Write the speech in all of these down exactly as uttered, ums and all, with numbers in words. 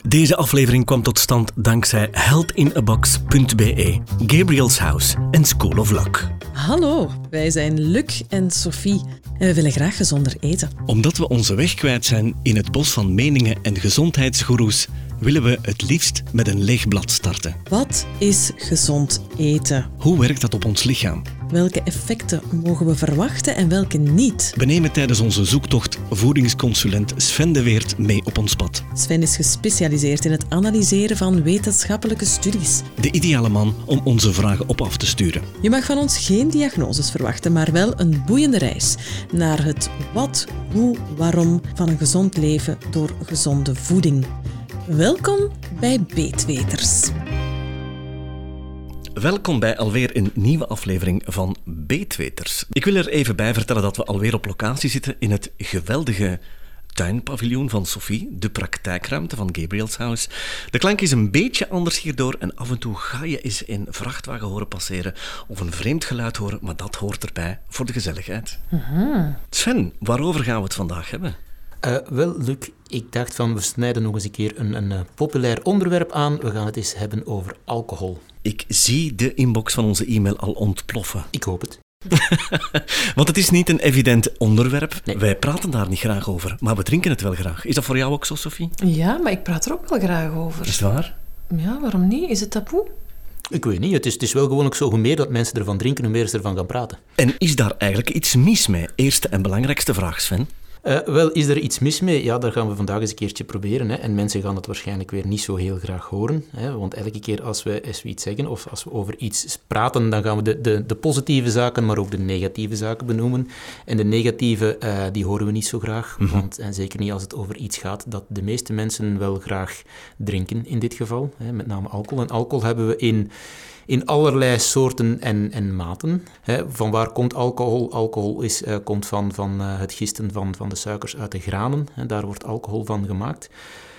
Deze aflevering kwam tot stand dankzij health in a box punt b e, Gabriel's House en School of Luck. Hallo, wij zijn Luc en Sophie en we willen graag gezonder eten. Omdat we onze weg kwijt zijn in het bos van meningen en gezondheidsgoeroes, willen we het liefst met een leeg blad starten. Wat is gezond eten? Hoe werkt dat op ons lichaam? Welke effecten mogen we verwachten en welke niet? We nemen tijdens onze zoektocht voedingsconsulent Sven de Weert mee op ons pad. Sven is gespecialiseerd in het analyseren van wetenschappelijke studies. De ideale man om onze vragen op af te sturen. Je mag van ons geen diagnoses verwachten, maar wel een boeiende reis naar het wat, hoe, waarom van een gezond leven door gezonde voeding. Welkom bij Beetweters. Welkom bij alweer een nieuwe aflevering van Beetweters. Ik wil er even bij vertellen dat we alweer op locatie zitten in het geweldige tuinpaviljoen van Sophie, de praktijkruimte van Gabriel's House. De klank is een beetje anders hierdoor en af en toe ga je eens een vrachtwagen horen passeren of een vreemd geluid horen, maar dat hoort erbij voor de gezelligheid. Aha. Sven, waarover gaan we het vandaag hebben? Uh, wel, Luc, ik dacht van we snijden nog eens een keer een, een uh, populair onderwerp aan. We gaan het eens hebben over alcohol. Ik zie de inbox van onze e-mail al ontploffen. Ik hoop het. Want het is niet een evident onderwerp. Nee. Wij praten daar niet graag over, maar we drinken het wel graag. Is dat voor jou ook zo, Sophie? Ja, maar ik praat er ook wel graag over. Is het waar? Ja, waarom niet? Is het taboe? Ik weet niet, het is, het is wel gewoon ook zo, hoe meer dat mensen ervan drinken, hoe meer ze ervan gaan praten. En is daar eigenlijk iets mis mee? Eerste en belangrijkste vraag, Sven. Uh, wel, is er iets mis mee? Ja, daar gaan we vandaag eens een keertje proberen. Hè. En mensen gaan het waarschijnlijk weer niet zo heel graag horen. Hè. Want elke keer als we, als we iets zeggen of als we over iets praten, dan gaan we de, de, de positieve zaken, maar ook de negatieve zaken benoemen. En de negatieve, uh, die horen we niet zo graag. Mm-hmm. Want, en zeker niet als het over iets gaat dat de meeste mensen wel graag drinken in dit geval. Hè. Met name alcohol. En alcohol hebben we in... in allerlei soorten en, en maten. Hè. Van waar komt alcohol? Alcohol is, uh, komt van, van uh, het gisten van, van de suikers uit de granen. Hè. Daar wordt alcohol van gemaakt.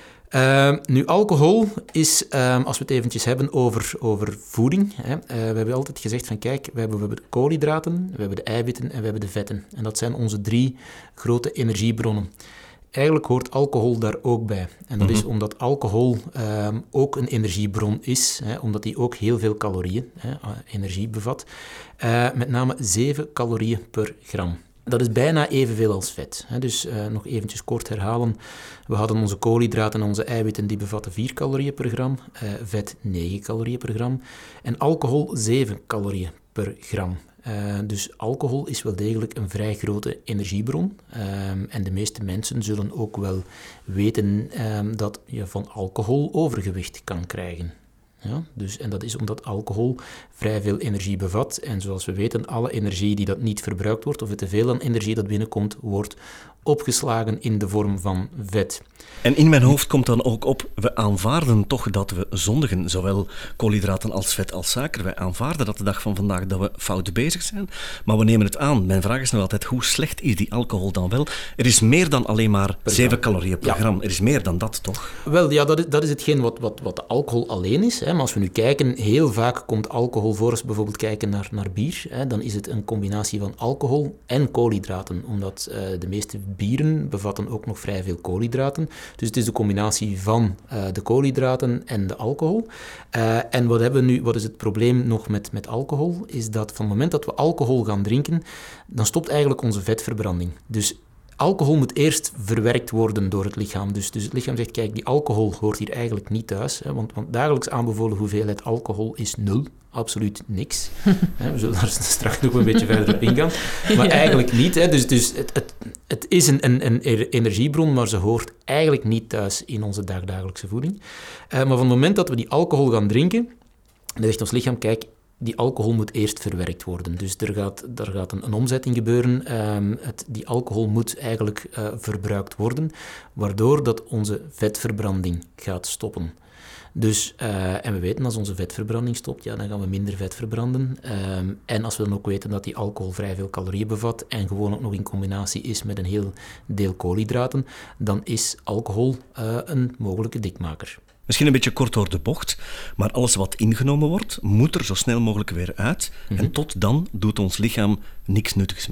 Uh, nu, alcohol is, uh, als we het eventjes hebben over, over voeding. Hè. Uh, we hebben altijd gezegd van kijk, we hebben, we hebben de koolhydraten, we hebben de eiwitten en we hebben de vetten. En dat zijn onze drie grote energiebronnen. Eigenlijk hoort alcohol daar ook bij. En dat is omdat alcohol um, ook een energiebron is, hè, omdat die ook heel veel calorieën, hè, energie bevat. Uh, met name zeven calorieën per gram. Dat is bijna evenveel als vet. Hè. Dus uh, nog eventjes kort herhalen. We hadden onze koolhydraten en onze eiwitten, die bevatten vier calorieën per gram. Uh, vet negen calorieën per gram. En alcohol zeven calorieën per gram. Uh, dus alcohol is wel degelijk een vrij grote energiebron. Um, en de meeste mensen zullen ook wel weten um, dat je van alcohol overgewicht kan krijgen. Ja, dus, en dat is omdat alcohol vrij veel energie bevat. En zoals we weten, alle energie die dat niet verbruikt wordt, of het te veel aan energie dat binnenkomt, wordt opgeslagen in de vorm van vet. En in mijn hoofd komt dan ook op, we aanvaarden toch dat we zondigen, zowel koolhydraten als vet als suiker. Wij aanvaarden dat de dag van vandaag dat we fout bezig zijn, maar we nemen het aan. Mijn vraag is nog altijd, hoe slecht is die alcohol dan wel? Er is meer dan alleen maar zeven calorieën per ja. gram. Er is meer dan dat, toch? Wel, ja, dat is, dat is hetgeen wat, wat, wat de alcohol alleen is. Hè. Maar als we nu kijken, heel vaak komt alcohol voor, als we bijvoorbeeld kijken naar, naar bier, hè, dan is het een combinatie van alcohol en koolhydraten, omdat uh, de meeste bieren bevatten ook nog vrij veel koolhydraten. Dus het is de combinatie van uh, de koolhydraten en de alcohol. Uh, en wat, hebben we nu, wat is het probleem nog met, met alcohol? Is dat van het moment dat we alcohol gaan drinken, dan stopt eigenlijk onze vetverbranding. Dus alcohol moet eerst verwerkt worden door het lichaam. Dus, dus het lichaam zegt, kijk, die alcohol hoort hier eigenlijk niet thuis. Hè, want, want dagelijks aanbevolen hoeveelheid alcohol is nul. Absoluut niks. We zullen daar straks nog een beetje verder op ingaan. Maar ja. eigenlijk niet. Hè. Dus, dus het, het, het is een, een, een energiebron, maar ze hoort eigenlijk niet thuis in onze dagdagelijkse voeding. Uh, maar van het moment dat we die alcohol gaan drinken, dan zegt ons lichaam, kijk, die alcohol moet eerst verwerkt worden. Dus er gaat, er gaat een, een omzetting gebeuren. Um, het, die alcohol moet eigenlijk uh, verbruikt worden, waardoor dat onze vetverbranding gaat stoppen. Dus, uh, en we weten, als onze vetverbranding stopt, ja, dan gaan we minder vet verbranden. Um, en als we dan ook weten dat die alcohol vrij veel calorieën bevat en gewoon ook nog in combinatie is met een heel deel koolhydraten, dan is alcohol uh, een mogelijke dikmaker. Misschien een beetje kort door de bocht, maar alles wat ingenomen wordt, moet er zo snel mogelijk weer uit. Mm-hmm. En tot dan doet ons lichaam niks nuttigs meer.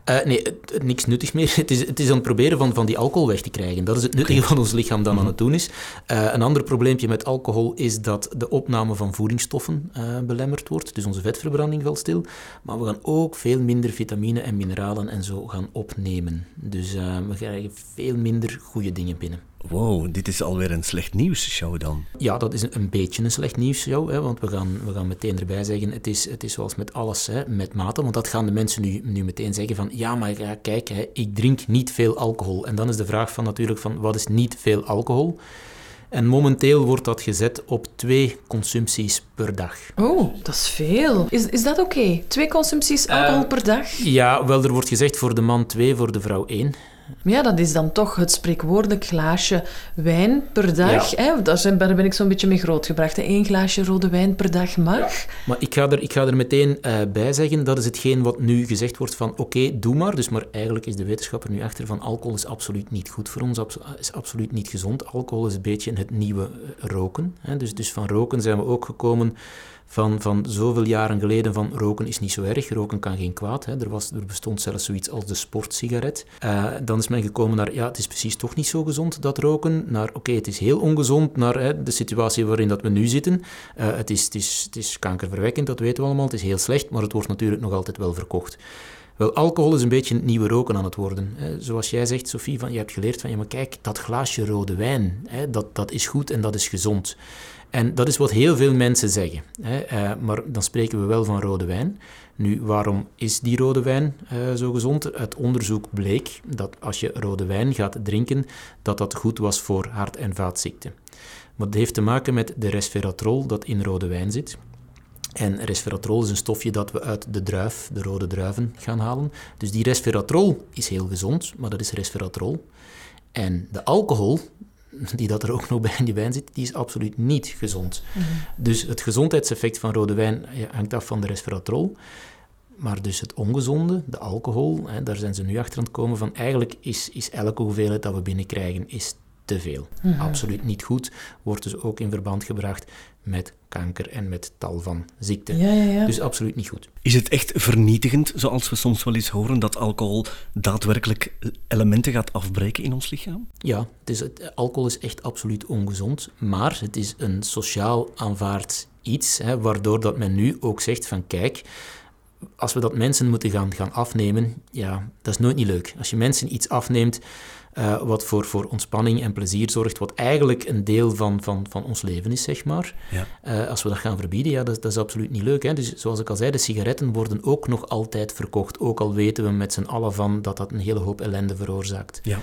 Uh, nee, het, het, niks nuttigs meer. Het is, het is aan het proberen van, van die alcohol weg te krijgen. Dat is het nuttige van ons lichaam dan aan het doen is. Uh, een ander probleempje met alcohol is dat de opname van voedingsstoffen uh, belemmerd wordt. Dus onze vetverbranding valt stil. Maar we gaan ook veel minder vitamine en mineralen en zo gaan opnemen. Dus uh, we krijgen veel minder goede dingen binnen. Wow, dit is alweer een slecht nieuws-show dan. Ja, dat is een, een beetje een slecht nieuws-show, hè, want we gaan, we gaan meteen erbij zeggen, het is, het is zoals met alles, hè, met mate, want dat gaan de mensen nu, nu meteen zeggen van, ja, maar ja, kijk, hè, ik drink niet veel alcohol. En dan is de vraag van natuurlijk van, wat is niet veel alcohol? En momenteel wordt dat gezet op twee consumpties per dag. Oh, dat is veel. Is, is dat oké? Okay? Twee consumpties alcohol uh, per dag? Ja, wel, er wordt gezegd voor de man twee, voor de vrouw één. Ja, dat is dan toch het spreekwoordelijk glaasje wijn per dag. Ja. Hè? Daar, zijn, daar ben ik zo'n beetje mee grootgebracht. Eén glaasje rode wijn per dag mag. Ja. Maar ik ga er, ik ga er meteen uh, bij zeggen, dat is hetgeen wat nu gezegd wordt van oké, okay, doe maar. Dus, maar eigenlijk is de wetenschapper nu achter van alcohol is absoluut niet goed voor ons, is absoluut niet gezond. Alcohol is een beetje het nieuwe roken. Hè? Dus, dus van roken zijn we ook gekomen van, van zoveel jaren geleden van roken is niet zo erg, roken kan geen kwaad. Hè. Er, was, er bestond zelfs zoiets als de sportsigaret. Uh, dan is men gekomen naar, ja, het is precies toch niet zo gezond, dat roken. Naar, oké, okay, het is heel ongezond, naar hè, de situatie waarin dat we nu zitten. Uh, het, is, het, is, het is kankerverwekkend, dat weten we allemaal. Het is heel slecht, maar het wordt natuurlijk nog altijd wel verkocht. Wel, alcohol is een beetje het nieuwe roken aan het worden. Hè. Zoals jij zegt, Sophie, van, je hebt geleerd van, ja, maar kijk, dat glaasje rode wijn, hè, dat, dat is goed en dat is gezond. En dat is wat heel veel mensen zeggen. Hè. Uh, maar dan spreken we wel van rode wijn. Nu, waarom is die rode wijn uh, zo gezond? Uit onderzoek bleek dat als je rode wijn gaat drinken, dat dat goed was voor hart- en vaatziekten. Maar dat heeft te maken met de resveratrol dat in rode wijn zit. En resveratrol is een stofje dat we uit de druif, de rode druiven, gaan halen. Dus die resveratrol is heel gezond, maar dat is resveratrol. En de alcohol, die dat er ook nog bij in die wijn zit, die is absoluut niet gezond. Mm-hmm. Dus het gezondheidseffect van rode wijn ja, hangt af van de resveratrol. Maar dus het ongezonde, de alcohol, hè, daar zijn ze nu achter aan het komen van eigenlijk is, is elke hoeveelheid dat we binnenkrijgen is te veel. Mm-hmm. Absoluut niet goed. Wordt dus ook in verband gebracht met kanker en met tal van ziekten. Ja, ja, ja. Dus absoluut niet goed. Is het echt vernietigend, zoals we soms wel eens horen, dat alcohol daadwerkelijk elementen gaat afbreken in ons lichaam? Ja, het is, het, alcohol is echt absoluut ongezond, maar het is een sociaal aanvaard iets, hè, waardoor dat men nu ook zegt van kijk, als we dat mensen moeten gaan, gaan afnemen, ja, dat is nooit niet leuk. Als je mensen iets afneemt uh, wat voor, voor ontspanning en plezier zorgt, wat eigenlijk een deel van, van, van ons leven is, zeg maar. Ja. Uh, als we dat gaan verbieden, ja, dat, dat is absoluut niet leuk. Hè? Dus zoals ik al zei, de sigaretten worden ook nog altijd verkocht. Ook al weten we met z'n allen van dat dat een hele hoop ellende veroorzaakt. Ja.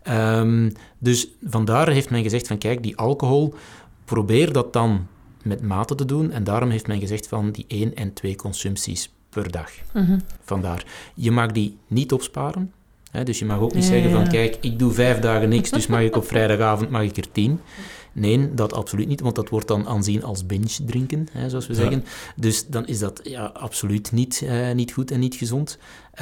Um, dus vandaar heeft men gezegd van kijk, die alcohol, probeer dat dan met mate te doen. En daarom heeft men gezegd van die één en twee consumpties per dag. Mm-hmm. Vandaar. Je mag die niet opsparen. Hè, dus je mag ook niet ja, zeggen van, ja. kijk, ik doe vijf dagen niks, dus mag ik op vrijdagavond mag ik er tien. Nee, dat absoluut niet, want dat wordt dan aanzien als binge drinken, hè, zoals we ja. zeggen. Dus dan is dat ja, absoluut niet, uh, niet goed en niet gezond.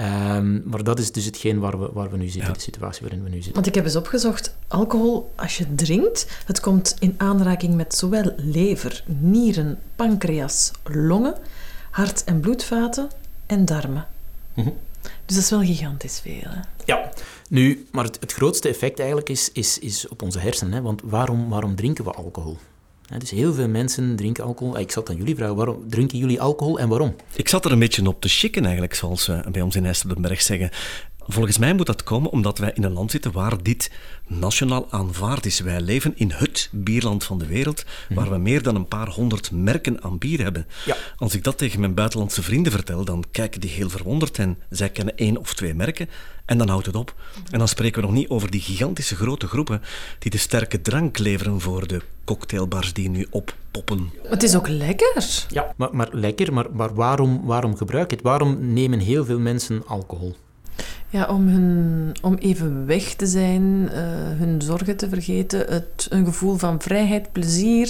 Um, maar dat is dus hetgeen waar we, waar we nu zitten, ja. de situatie waarin we nu zitten. Want ik heb eens opgezocht, alcohol, als je drinkt, het komt in aanraking met zowel lever, nieren, pancreas, longen, hart- en bloedvaten en darmen. Mm-hmm. Dus dat is wel gigantisch veel. Hè? Ja, nu, maar het, het grootste effect eigenlijk is, is, is op onze hersenen. Hè? Want waarom, waarom drinken we alcohol? Hè, dus heel veel mensen drinken alcohol. Ik zal het aan jullie vragen, waarom drinken jullie alcohol en waarom? Ik zat er een beetje op te chicken eigenlijk, zoals we bij ons in IJsselberg zeggen. Volgens mij moet dat komen omdat wij in een land zitten waar dit nationaal aanvaard is. Wij leven in het bierland van de wereld, waar mm-hmm. we meer dan een paar honderd merken aan bier hebben. Ja. Als ik dat tegen mijn buitenlandse vrienden vertel, dan kijken die heel verwonderd en zij kennen één of twee merken en dan houdt het op. En dan spreken we nog niet over die gigantische grote groepen die de sterke drank leveren voor de cocktailbars die nu oppoppen. Het is ook lekker. Ja, maar, maar lekker, maar, maar waarom, waarom gebruik je het? Waarom nemen heel veel mensen alcohol? Ja, om, hun, om even weg te zijn, uh, hun zorgen te vergeten, het, een gevoel van vrijheid, plezier,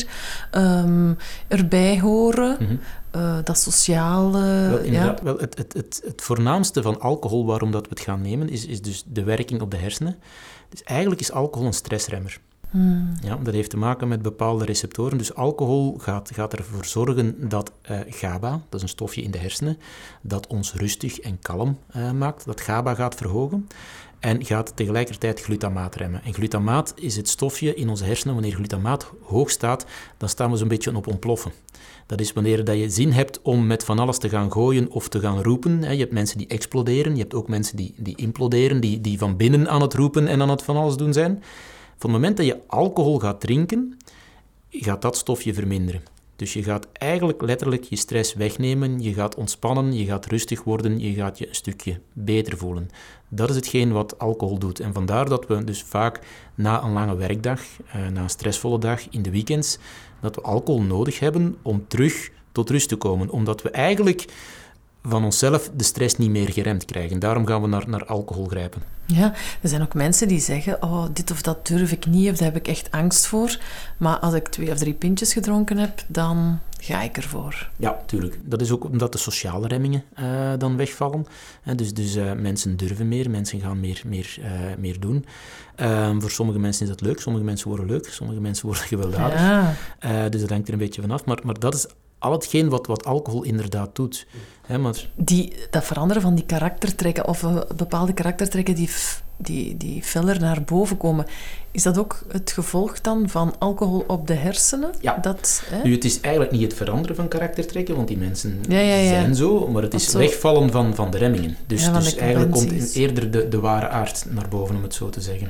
um, erbij horen, mm-hmm. uh, dat sociale... Wel, ja. wel het, het, het, het voornaamste van alcohol, waarom dat we het gaan nemen, is, is dus de werking op de hersenen. Dus eigenlijk is alcohol een stressremmer. Hmm. Ja, dat heeft te maken met bepaalde receptoren. Dus alcohol gaat, gaat ervoor zorgen dat uh, GABA, dat is een stofje in de hersenen, dat ons rustig en kalm uh, maakt, dat GABA gaat verhogen. En gaat tegelijkertijd glutamaat remmen. En glutamaat is het stofje in onze hersenen. Wanneer glutamaat hoog staat, dan staan we zo'n beetje op ontploffen. Dat is wanneer dat je zin hebt om met van alles te gaan gooien of te gaan roepen. Je hebt mensen die exploderen, je hebt ook mensen die, die imploderen, die, die van binnen aan het roepen en aan het van alles doen zijn. Van het moment dat je alcohol gaat drinken, gaat dat stofje verminderen. Dus je gaat eigenlijk letterlijk je stress wegnemen, je gaat ontspannen, je gaat rustig worden, je gaat je een stukje beter voelen. Dat is hetgeen wat alcohol doet. En vandaar dat we dus vaak na een lange werkdag, na een stressvolle dag, in de weekends, dat we alcohol nodig hebben om terug tot rust te komen. Omdat we eigenlijk van onszelf de stress niet meer geremd krijgen. Daarom gaan we naar, naar alcohol grijpen. Ja, er zijn ook mensen die zeggen, oh, dit of dat durf ik niet, of daar heb ik echt angst voor. Maar als ik twee of drie pintjes gedronken heb, dan ga ik ervoor. Ja, tuurlijk. Dat is ook omdat de sociale remmingen uh, dan wegvallen. Uh, dus dus uh, mensen durven meer, mensen gaan meer, meer, uh, meer doen. Uh, voor sommige mensen is dat leuk, sommige mensen worden leuk, sommige mensen worden gewelddadig. Ja. Uh, dus dat hangt er een beetje vanaf. Maar, maar dat is al hetgeen wat, wat alcohol inderdaad doet. Hè, maar... die, dat veranderen van die karaktertrekken, of uh, bepaalde karaktertrekken die, f- die, die feller naar boven komen, is dat ook het gevolg dan van alcohol op de hersenen? Ja. Dat, hè? Nu, het is eigenlijk niet het veranderen van karaktertrekken, want die mensen ja, ja, ja. zijn zo, maar het is zo... wegvallen van, van de remmingen. Dus, ja, dus eigenlijk komt eerder de, de ware aard naar boven, om het zo te zeggen.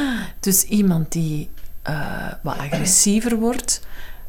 Dus iemand die uh, wat agressiever wordt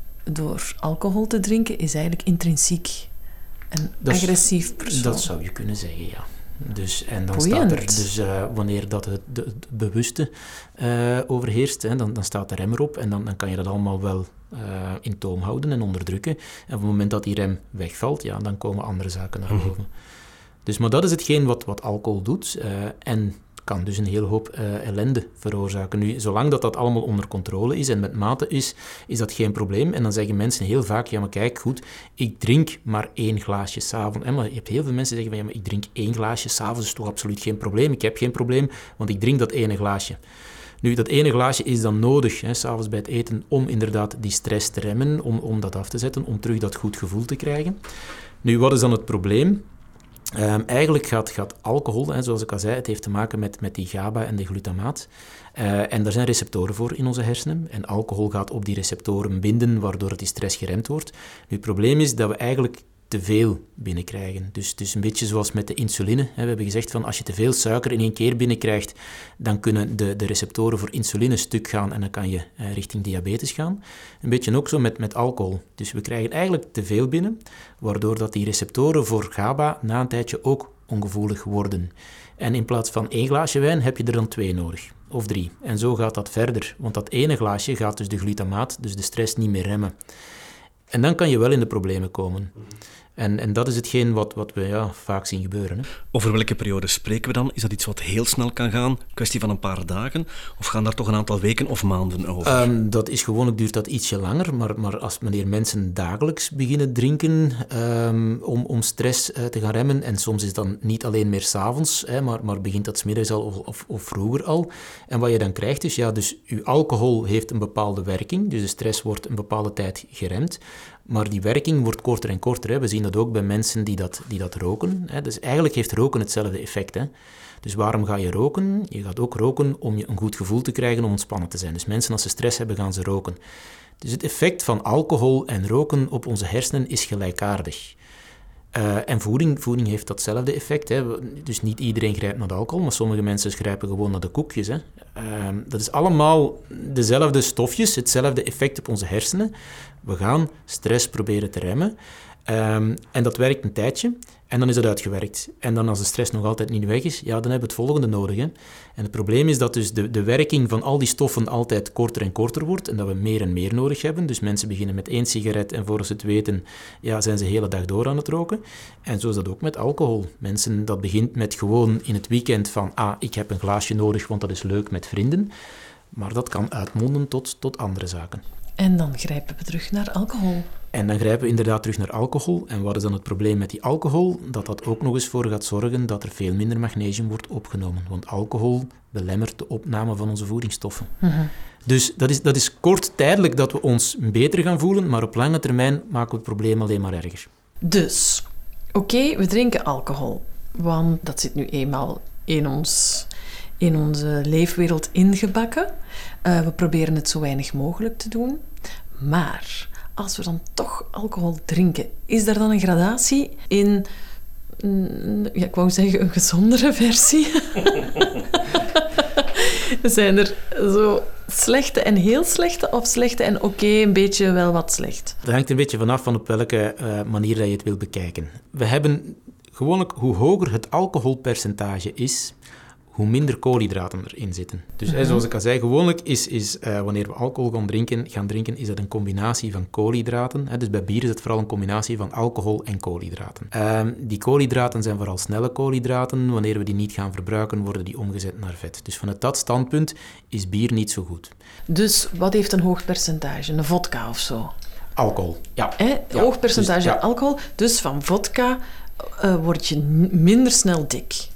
door alcohol te drinken, is eigenlijk intrinsiek een dat agressief is, persoon. Dat zou je kunnen zeggen, ja. Dus, en dan Boeiend. staat er, dus uh, wanneer dat het, de, het bewuste uh, overheerst, hè, dan, dan staat de rem erop en dan, dan kan je dat allemaal wel uh, in toom houden en onderdrukken. En op het moment dat die rem wegvalt, ja, dan komen andere zaken naar boven. Mm-hmm. Dus, maar dat is hetgeen wat, wat alcohol doet. Uh, en kan dus een hele hoop uh, ellende veroorzaken. Nu, zolang dat dat allemaal onder controle is en met mate is, is dat geen probleem. En dan zeggen mensen heel vaak, ja, maar kijk, goed, ik drink maar één glaasje 's avonds. Maar je hebt heel veel mensen die zeggen van, ja, maar ik drink één glaasje 's avonds, is toch absoluut geen probleem. Ik heb geen probleem, want ik drink dat ene glaasje. Nu, dat ene glaasje is dan nodig, hè, 's avonds bij het eten, om inderdaad die stress te remmen, om, om dat af te zetten, om terug dat goed gevoel te krijgen. Nu, wat is dan het probleem? Um, eigenlijk gaat, gaat alcohol, hè, zoals ik al zei, het heeft te maken met, met die GABA en de glutamaat. Uh, en daar zijn receptoren voor in onze hersenen. En alcohol gaat op die receptoren binden, waardoor die stress geremd wordt. Nu, het probleem is dat we eigenlijk te veel binnenkrijgen. Dus het is een beetje zoals met de insuline. Hè. We hebben gezegd van als je te veel suiker in één keer binnenkrijgt, dan kunnen de, de receptoren voor insuline stuk gaan en dan kan je uh, richting diabetes gaan. Een beetje ook zo met, met alcohol. Dus we krijgen eigenlijk te veel binnen, waardoor dat die receptoren voor GABA na een tijdje ook ongevoelig worden. En in plaats van één glaasje wijn heb je er dan twee nodig. Of drie. En zo gaat dat verder. Want dat ene glaasje gaat dus de glutamaat, dus de stress, niet meer remmen. En dan kan je wel in de problemen komen. En, en dat is hetgeen wat, wat we ja, vaak zien gebeuren. Hè. Over welke periode spreken we dan? Is dat iets wat heel snel kan gaan? Kwestie van een paar dagen? Of gaan daar toch een aantal weken of maanden over? Um, dat is gewoonlijk duurt dat ietsje langer. Maar, maar als wanneer mensen dagelijks beginnen drinken um, om, om stress uh, te gaan remmen, en soms is dat niet alleen meer 's avonds, hè, maar, maar begint dat 's middags al of, of, of vroeger al. En wat je dan krijgt is, ja, dus je alcohol heeft een bepaalde werking, dus de stress wordt een bepaalde tijd geremd. Maar die werking wordt korter en korter. Hè. We zien dat ook bij mensen die dat, die dat roken. Hè. Dus eigenlijk heeft roken hetzelfde effect. Hè. Dus waarom ga je roken? Je gaat ook roken om je een goed gevoel te krijgen, om ontspannen te zijn. Dus mensen, als ze stress hebben, gaan ze roken. Dus het effect van alcohol en roken op onze hersenen is gelijkaardig. Uh, en voeding, voeding heeft datzelfde effect. Hè. Dus niet iedereen grijpt naar de alcohol, maar sommige mensen grijpen gewoon naar de koekjes. Hè. Uh, dat is allemaal dezelfde stofjes, hetzelfde effect op onze hersenen. We gaan stress proberen te remmen. Um, en dat werkt een tijdje en dan is dat uitgewerkt. En dan als de stress nog altijd niet weg is, ja, dan hebben we het volgende nodig. Hè. En het probleem is dat dus de, de werking van al die stoffen altijd korter en korter wordt en dat we meer en meer nodig hebben. Dus mensen beginnen met één sigaret en voor ze het weten, ja, zijn ze de hele dag door aan het roken. En zo is dat ook met alcohol. Mensen, dat begint met gewoon in het weekend van, ah, ik heb een glaasje nodig, want dat is leuk met vrienden. Maar dat kan uitmonden tot, tot andere zaken. En dan grijpen we terug naar alcohol. En dan grijpen we inderdaad terug naar alcohol. En wat is dan het probleem met die alcohol? Dat dat ook nog eens voor gaat zorgen dat er veel minder magnesium wordt opgenomen. Want alcohol belemmert de opname van onze voedingsstoffen. Mm-hmm. Dus dat is, dat is kort tijdelijk dat we ons beter gaan voelen, maar op lange termijn maken we het probleem alleen maar erger. Dus, oké, okay, we drinken alcohol. Want dat zit nu eenmaal in, ons, in onze leefwereld ingebakken. Uh, we proberen het zo weinig mogelijk te doen. Maar als we dan toch alcohol drinken, is er dan een gradatie in, ja, ik wou zeggen, een gezondere versie? Zijn er zo slechte en heel slechte, of slechte en oké, okay, een beetje wel wat slecht? Dat hangt een beetje vanaf van op welke uh, manier dat je het wil bekijken. We hebben gewoonlijk, hoe hoger het alcoholpercentage is, hoe minder koolhydraten erin zitten. Dus uh-huh. hè, zoals ik al zei, gewoonlijk is, is uh, wanneer we alcohol gaan drinken, gaan drinken, is dat een combinatie van koolhydraten. Hè. Dus bij bier is het vooral een combinatie van alcohol en koolhydraten. Uh, die koolhydraten zijn vooral snelle koolhydraten. Wanneer we die niet gaan verbruiken, worden die omgezet naar vet. Dus vanuit dat standpunt is bier niet zo goed. Dus wat heeft een hoog percentage? Een vodka of zo? Alcohol, ja. Hè? ja. Hoog percentage dus, ja. alcohol. Dus van vodka uh, word je minder snel dik.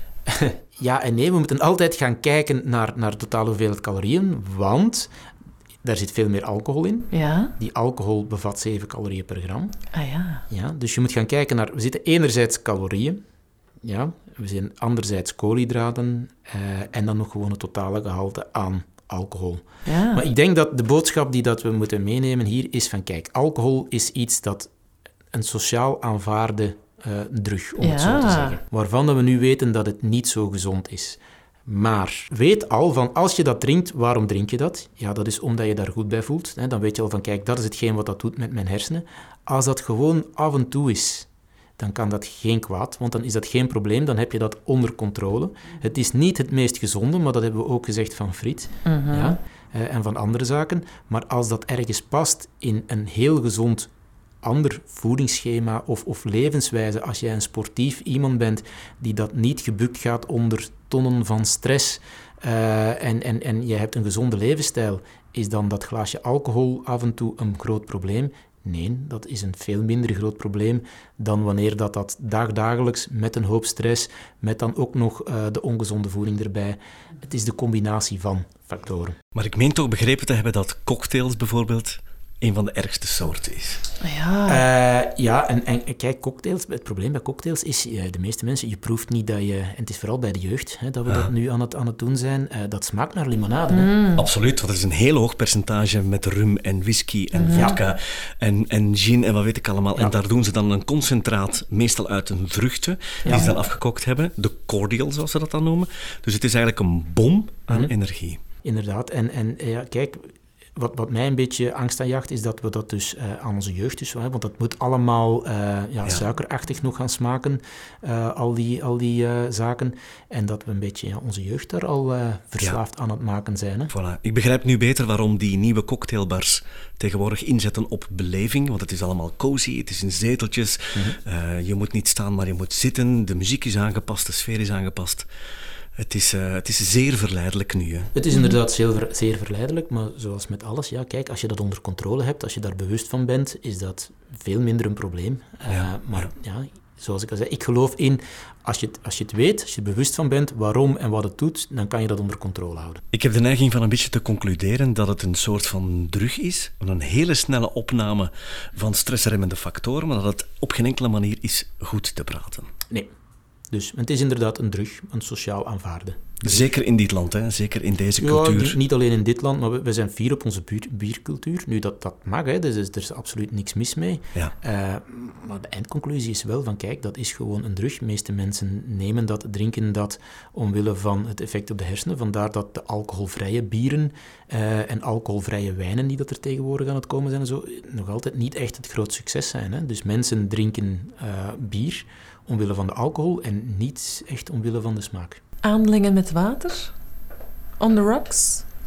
Ja en nee, we moeten altijd gaan kijken naar, naar de totale hoeveelheid calorieën, want daar zit veel meer alcohol in. Ja. Die alcohol bevat zeven calorieën per gram. Ah ja. Ja, dus je moet gaan kijken naar... We zitten enerzijds calorieën, ja, we zitten anderzijds koolhydraten uh, en dan nog gewoon het totale gehalte aan alcohol. Ja. Maar ik denk dat de boodschap die dat we moeten meenemen hier is van, kijk, alcohol is iets dat een sociaal aanvaarde Uh, drug, om ja. het zo te zeggen. Waarvan we nu weten dat het niet zo gezond is. Maar weet al van, als je dat drinkt, waarom drink je dat? Ja, dat is omdat je daar goed bij voelt. Hè? Dan weet je al van, kijk, dat is hetgeen wat dat doet met mijn hersenen. Als dat gewoon af en toe is, dan kan dat geen kwaad, want dan is dat geen probleem, dan heb je dat onder controle. Het is niet het meest gezonde, maar dat hebben we ook gezegd van friet uh-huh. ja? uh, en van andere zaken. Maar als dat ergens past in een heel gezond ander voedingsschema of, of levenswijze, als jij een sportief iemand bent die dat niet gebukt gaat onder tonnen van stress uh, en, en, en je hebt een gezonde levensstijl, is dan dat glaasje alcohol af en toe een groot probleem? Nee, dat is een veel minder groot probleem dan wanneer dat, dat dagdagelijks met een hoop stress, met dan ook nog uh, de ongezonde voeding erbij. Het is de combinatie van factoren. Maar ik meen toch begrepen te hebben dat cocktails bijvoorbeeld een van de ergste soorten is. Ja, uh, ja en, en kijk, cocktails, het probleem bij cocktails is, uh, de meeste mensen, je proeft niet dat je, en het is vooral bij de jeugd, hè, dat we ja. dat nu aan het, aan het doen zijn, uh, dat smaakt naar limonade. Mm. Hè. Absoluut, want er is een heel hoog percentage met rum en whisky en mm. vodka ja. en, en gin en wat weet ik allemaal. Ja. En daar doen ze dan een concentraat, meestal uit een vruchten, die ja. ze dan afgekookt hebben. De cordial, zoals ze dat dan noemen. Dus het is eigenlijk een bom aan mm. energie. Inderdaad, en, en ja, kijk... Wat, wat mij een beetje angst aanjaagt, is dat we dat dus uh, aan onze jeugd dus, hè, want dat moet allemaal uh, ja, ja. suikerachtig nog gaan smaken, uh, al die, al die uh, zaken. En dat we een beetje ja, onze jeugd daar al uh, verslaafd ja. aan het maken zijn. Hè. Voilà. Ik begrijp nu beter waarom die nieuwe cocktailbars tegenwoordig inzetten op beleving, want het is allemaal cozy, het is in zeteltjes, mm-hmm. uh, je moet niet staan, maar je moet zitten, de muziek is aangepast, de sfeer is aangepast. Het is, uh, het is zeer verleidelijk nu. Hè? Het is inderdaad zeer, ver, zeer verleidelijk, maar zoals met alles, ja, kijk, als je dat onder controle hebt, als je daar bewust van bent, is dat veel minder een probleem. Uh, ja, maar ja. ja, zoals ik al zei, ik geloof in, als je, het, als je het weet, als je er bewust van bent waarom en wat het doet, dan kan je dat onder controle houden. Ik heb de neiging van een beetje te concluderen dat het een soort van drug is, een hele snelle opname van stressremmende factoren, maar dat het op geen enkele manier is goed te praten. Nee. Dus het is inderdaad een drug, een sociaal aanvaarde. Zeker in dit land, hè? Zeker in deze ja, cultuur. Niet, niet alleen in dit land, maar we, we zijn fier op onze bier, biercultuur. Nu, dat, dat mag, hè, dus er is absoluut niks mis mee. Ja. Uh, maar de eindconclusie is wel van, kijk, dat is gewoon een drug. De meeste mensen nemen dat, drinken dat omwille van het effect op de hersenen. Vandaar dat de alcoholvrije bieren uh, en alcoholvrije wijnen die dat er tegenwoordig aan het komen zijn en zo, nog altijd niet echt het groot succes zijn. Hè. Dus mensen drinken uh, bier omwille van de alcohol en niet echt omwille van de smaak. Aanlengen met water? On the rocks?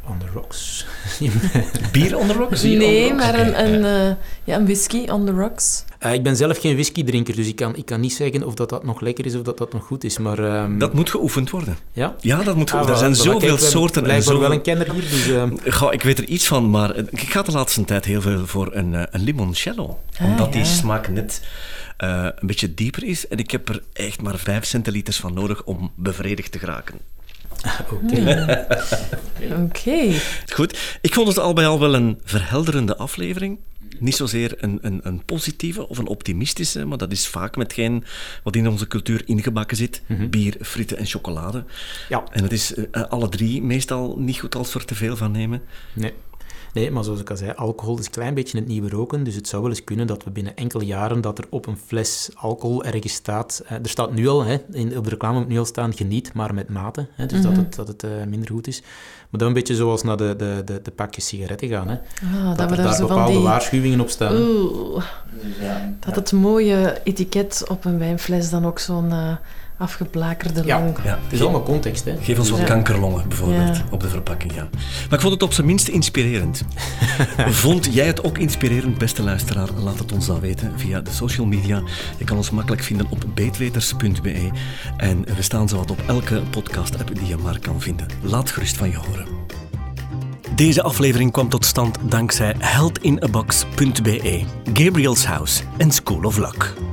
on the rocks. Bier on the rocks? Nee, on the rocks? maar Okay. een, een, uh, ja, een whisky on the rocks. Uh, ik ben zelf geen whiskydrinker, dus ik kan, ik kan niet zeggen of dat, dat nog lekker is of dat dat nog goed is. Maar, um... Dat moet geoefend worden. Ja? Ja, dat moet geoefend ah, worden. Er zijn voilà, zoveel kijk, soorten. Blijkbaar en zo... wel een kenner hier, dus... Uh... Goh, ik weet er iets van, maar ik ga de laatste tijd heel veel voor een, een limoncello. Ah, omdat ja. die smaak net uh, een beetje dieper is. En ik heb er echt maar vijf centiliters van nodig om bevredigd te geraken. Oké. Okay. Oké. Okay. Goed. Ik vond het al bij al wel een verhelderende aflevering. Niet zozeer een, een, een positieve of een optimistische, maar dat is vaak metgeen wat in onze cultuur ingebakken zit. Mm-hmm. Bier, frieten en chocolade. Ja. En het is uh, alle drie meestal niet goed als we er te veel van nemen. Nee. Nee, maar zoals ik al zei, alcohol is een klein beetje het nieuwe roken, dus het zou wel eens kunnen dat we binnen enkele jaren dat er op een fles alcohol ergens staat, eh, er staat nu al, hè, in, op de reclame moet nu al staan, geniet, maar met mate, hè, dus mm-hmm. dat het, dat het uh, minder goed is. Maar dan een beetje zoals naar de, de, de, de pakjes sigaretten gaan, hè. Ah, dat, dat we er daar zo bepaalde van die... waarschuwingen op staan. Oeh, ja. Dat het mooie etiket op een wijnfles dan ook zo'n... Uh, afgeblakerde ja, long. Ja, het is allemaal context. Hè. Geef ons wat ja. kankerlongen, bijvoorbeeld, ja. op de verpakking. Ja. Maar ik vond het op zijn minst inspirerend. Vond jij het ook inspirerend, beste luisteraar? Laat het ons dan weten via de social media. Je kan ons makkelijk vinden op beetweters punt be. En we staan zowat op elke podcast-app die je maar kan vinden. Laat gerust van je horen. Deze aflevering kwam tot stand dankzij held in a box punt be, Gabriel's House en School of Luck.